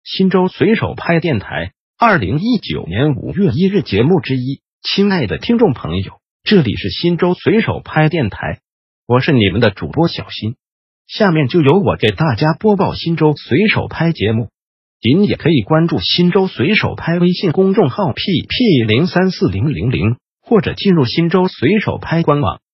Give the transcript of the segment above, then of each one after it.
新州随手拍电台2019年5月1日节目之一。亲爱的听众朋友，这里是新州随手拍电台，我是你们的主播小新。下面就由我给大家播报新州随手拍节目。您也可以关注新州随手拍微信公众号 pp034000，或者进入新州随手拍官网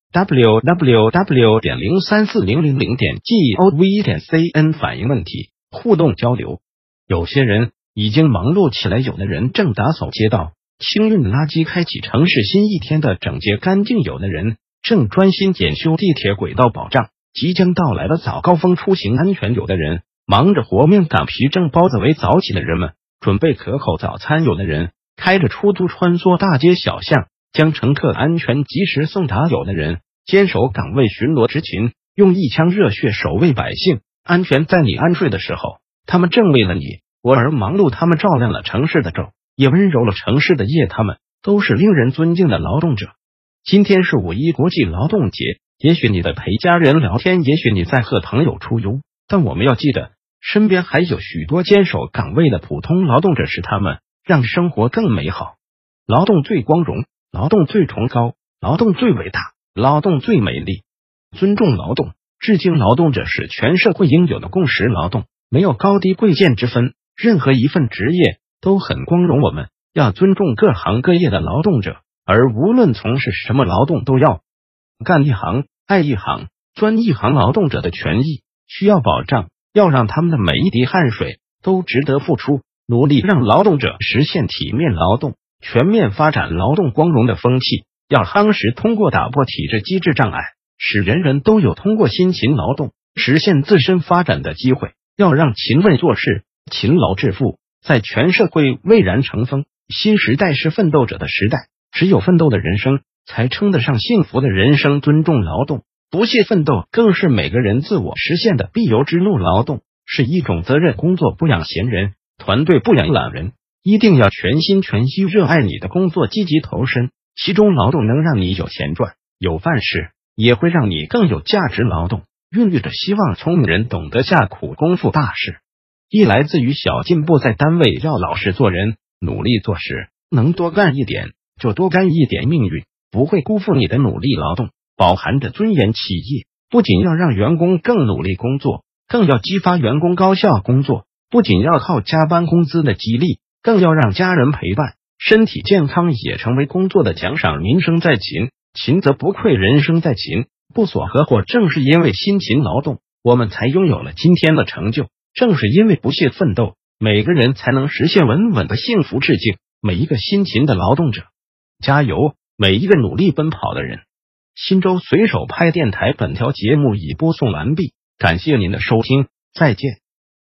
www.034000.gov.cn 反映问题，互动交流。有些人已经忙碌起来，有的人正打扫街道、清运垃圾，开启城市新一天的整洁干净，有的人正专心检修地铁轨道，保障即将到来的早高峰出行安全，有的人忙着和面擀皮蒸包子为早起的人们准备可口早餐，有的人开着出租穿梭大街小巷，将乘客安全及时送达，有的人坚守岗位巡逻执勤，用一腔热血守卫百姓安全。在你安睡的时候，他们正为了你我而忙碌，他们照亮了城市的昼，也温柔了城市的夜，他们都是令人尊敬的劳动者。今天是5一国际劳动节，也许你在陪家人聊天，也许你在和朋友出游，但我们要记得，身边还有许多坚守岗位的普通劳动者，是他们让生活更美好。劳动最光荣，劳动最崇高，劳动最伟大，劳动最美丽。尊重劳动，致敬劳动者是全社会应有的共识。劳动没有高低贵贱之分，任何一份职业都很光荣，我们要尊重各行各业的劳动者，而无论从事什么劳动，都要干一行爱一行专一行。劳动者的权益需要保障，要让他们的每一滴汗水都值得付出，努力让劳动者实现体面劳动，全面发展劳动光荣的风气。要夯实通过打破体制机制障碍，使人人都有通过辛勤劳动实现自身发展的机会。要让勤奋做事、勤劳致富在全社会蔚然成风。新时代是奋斗者的时代，只有奋斗的人生才称得上幸福的人生。尊重劳动，不懈奋斗更是每个人自我实现的必由之路。劳动是一种责任，工作不养闲人，团队不养懒人，一定要全心全意热爱你的工作，积极投身其中。劳动能让你有钱赚、有饭吃，也会让你更有价值。劳动孕育着希望，聪明人懂得下苦功夫大事。一来自于小进步，在单位要老实做人，努力做事，能多干一点就多干一点，命运不会辜负你的努力。劳动饱含着尊严，企业不仅要让员工更努力工作，更要激发员工高效工作，不仅要靠加班工资的激励，更要让家人陪伴，身体健康也成为工作的奖赏。民生在勤，勤则不愧，人生在勤不所合伙。正是因为辛勤劳动，我们才拥有了今天的成就，正是因为不懈奋斗，每个人才能实现稳稳的幸福。致敬每一个辛勤的劳动者，加油每一个努力奔跑的人。新州随手拍电台本条节目已播送完毕，感谢您的收听，再见。